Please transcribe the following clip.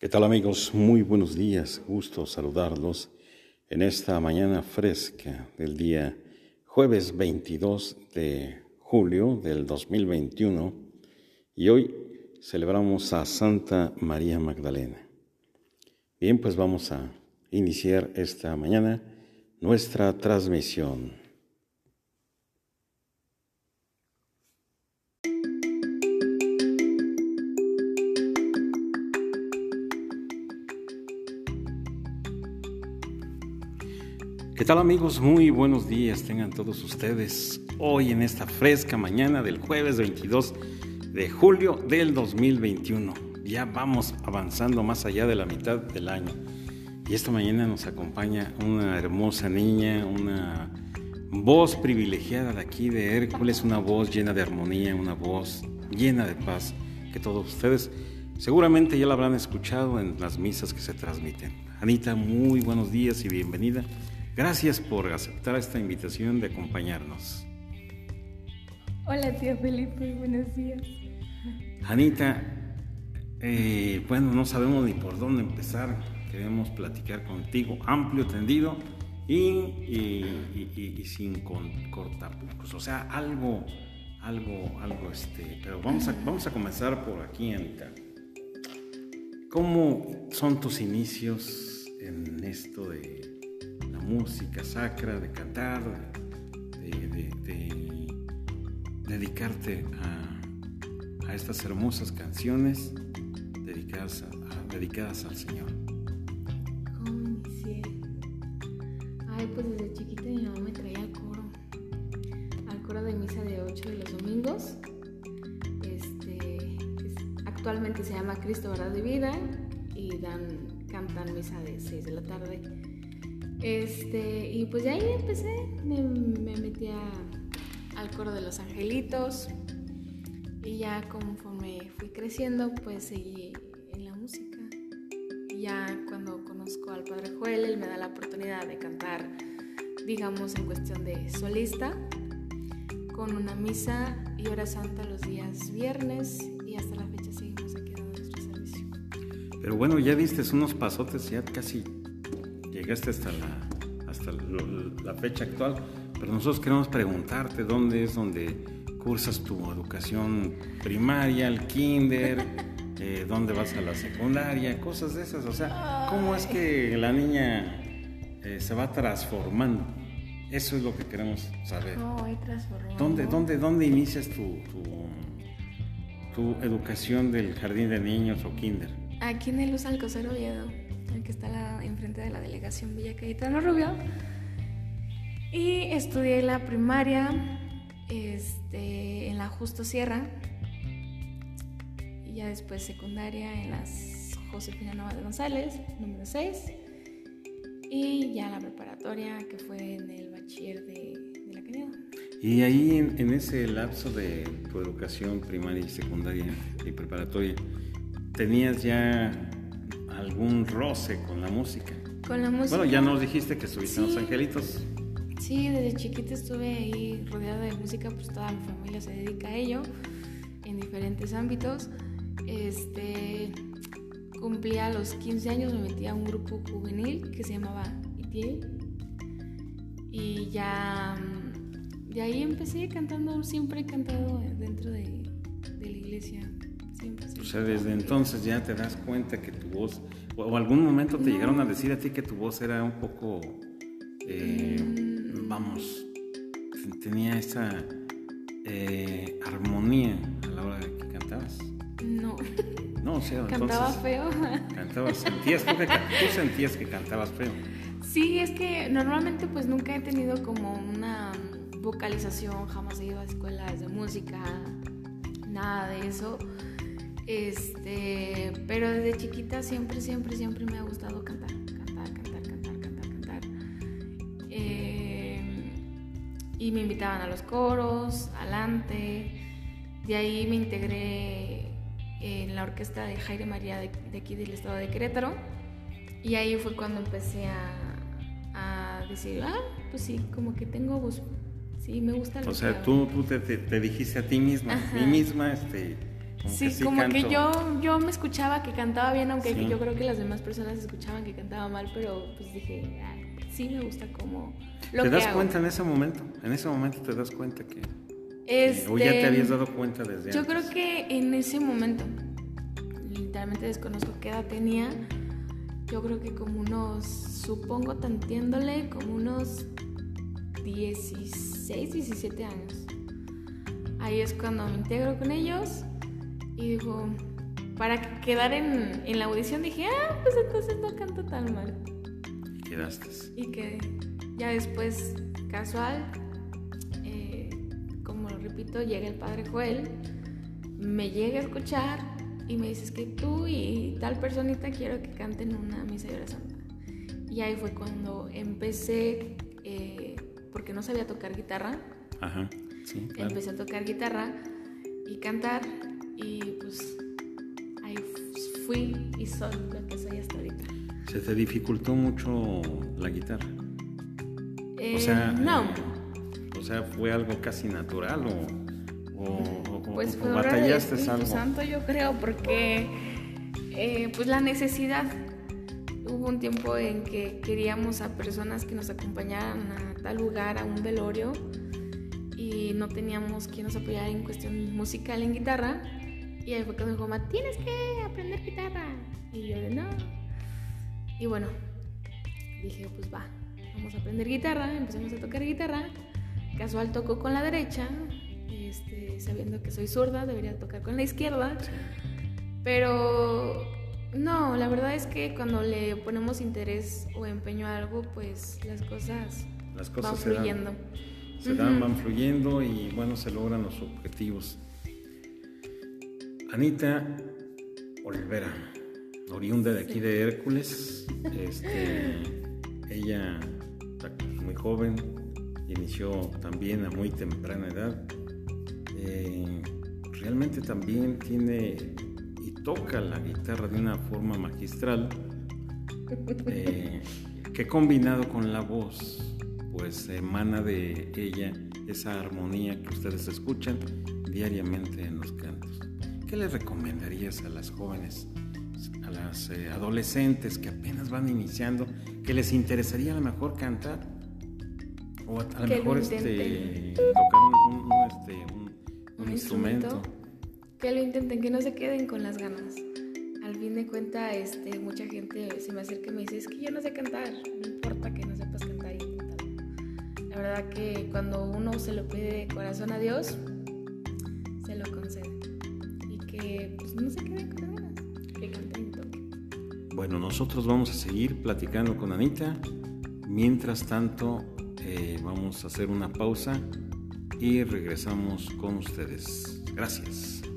¿Qué tal amigos? Muy buenos días, gusto saludarlos en esta mañana fresca del día jueves 22 de julio del 2021 y hoy celebramos a Santa María Magdalena. Bien, pues vamos a iniciar esta mañana nuestra transmisión. ¿Qué tal amigos? Muy buenos días tengan todos ustedes hoy en esta fresca mañana del jueves 22 de julio del 2021. Ya vamos avanzando más allá de la mitad del año y esta mañana nos acompaña una hermosa niña, una voz privilegiada de aquí de Hércules, una voz llena de armonía, una voz llena de paz que todos ustedes seguramente ya la habrán escuchado en las misas que se transmiten. Anita, muy buenos días y bienvenida. Gracias por aceptar esta invitación de acompañarnos. Hola, tía Felipe, buenos días. Anita, bueno, no sabemos ni por dónde empezar. Queremos platicar contigo amplio, tendido y sin cortapucos. O sea, algo, pero vamos a comenzar por aquí, Anita. ¿Cómo son tus inicios en esto de la música sacra, de cantar, de dedicarte a estas hermosas canciones dedicadas al Señor? ¿Cómo inicié? Pues desde chiquita mi mamá me traía al coro de misa de 8 de los domingos, que actualmente se llama Cristo, Verdad y Vida, y cantan misa de 6 de la tarde. Y pues de ahí empecé, me metí al coro de los angelitos y ya conforme fui creciendo pues seguí en la música. Y ya cuando conozco al Padre Joel, él me da la oportunidad de cantar, digamos en cuestión de solista, con una misa y hora santa los días viernes, y hasta la fecha seguimos aquí dando nuestro servicio. Pero bueno, ya diste unos pasotes, ya casi llegaste hasta la fecha actual, pero nosotros queremos preguntarte dónde es donde cursas tu educación primaria, el kinder, dónde vas a la secundaria, cosas de esas. O sea, ¿cómo es que la niña se va transformando? Eso es lo que queremos saber. ¿Dónde inicias tu educación del jardín de niños o kinder? Aquí en el Luz Alcocer Oviedo, el que está enfrente de la delegación Villa Cayetano Rubio, y estudié la primaria en la Justo Sierra, y ya después secundaria en las Josefina Nava de González, número 6, y ya la preparatoria que fue en el bachiller de la Cañada. Y ahí en ese lapso de tu educación primaria y secundaria y preparatoria, ¿tenías ya algún roce con la música? Con la música. Bueno, ya nos dijiste que estuviste en Los Angelitos. Sí, desde chiquita estuve ahí rodeada de música, pues toda mi familia se dedica a ello en diferentes ámbitos. Cumplía los 15 años, me metí a un grupo juvenil que se llamaba Itiel, y ya de ahí empecé cantando. Siempre he cantado dentro de la iglesia. Siempre. O sea, desde entonces ya te das cuenta que tu voz, o algún momento te llegaron a decir a ti que tu voz era un poco, tenía esa armonía a la hora de que cantabas. No, o sea, cantaba entonces, feo. Tú sentías que cantabas feo. Sí, es que normalmente pues nunca he tenido como una vocalización, jamás he ido a escuelas de música, nada de eso. Pero desde chiquita siempre me ha gustado cantar. Y me invitaban a los coros, alante. De ahí me integré en la orquesta de Jaire María de aquí del estado de Querétaro. Y ahí fue cuando empecé a decir, pues sí, como que tengo voz. Sí, me gusta lo que O sea, hago. tú te dijiste a ti misma, Sí, sí como canto. que yo me escuchaba que cantaba bien, aunque Sí. yo creo que las demás personas escuchaban que cantaba mal, pero pues dije, sí me gusta como lo ¿Te que das hago. cuenta en ese momento? En ese momento te das cuenta que o ya te habías dado cuenta desde yo antes. creo que en ese momento, literalmente desconozco qué edad tenía, yo creo que como unos, supongo tanteándole, como unos 16, 17 años. Ahí es cuando me integro con ellos y digo, para quedar en la audición dije, pues entonces no canto tan mal. Y quedaste. Y que ya después, casual, como lo repito, llega el padre Joel, me llega a escuchar y me dice, es que tú y tal personita quiero que canten una misa de oración. Y ahí fue cuando empecé, porque no sabía tocar guitarra. Ajá, sí, claro. Empecé a tocar guitarra y cantar y pues ahí fui y soy lo que soy hasta ahorita. ¿Se te dificultó mucho la guitarra? O sea, no. O sea, ¿fue algo casi natural Pues o fue obra del batallaste Espíritu algo? Santo, yo creo, porque pues la necesidad. Hubo un tiempo en que queríamos a personas que nos acompañaran a tal lugar, a un velorio, y no teníamos quien nos apoyara en cuestión musical en guitarra. Y ahí fue cuando me dijo, mamá, tienes que aprender guitarra. Y yo de no. Y bueno, dije, pues va, vamos a aprender guitarra. Empezamos a tocar guitarra. Casual toco con la derecha, sabiendo que soy zurda, debería tocar con la izquierda. Pero no, la verdad es que cuando le ponemos interés o empeño a algo, pues las cosas van fluyendo. Van fluyendo y bueno, se logran los objetivos. Anita Olvera, oriunda de aquí de Hércules, ella muy joven, inició también a muy temprana edad, realmente también tiene y toca la guitarra de una forma magistral, que combinado con la voz pues emana de ella esa armonía que ustedes escuchan diariamente en los cantos. ¿Qué les recomendarías a las jóvenes, a las adolescentes que apenas van iniciando, que les interesaría a lo mejor cantar o a lo mejor tocar un instrumento? Que lo intenten, que no se queden con las ganas. Al fin de cuentas, mucha gente se me acerca y me dice, es que yo no sé cantar, no importa que no sepas cantar, inténtalo. La verdad que cuando uno se lo pide de corazón a Dios, se lo concede. Y que pues no se queden con las ganas, que canten y toquen. Bueno, nosotros vamos a seguir platicando con Anita. Mientras tanto, vamos a hacer una pausa y regresamos con ustedes. Gracias.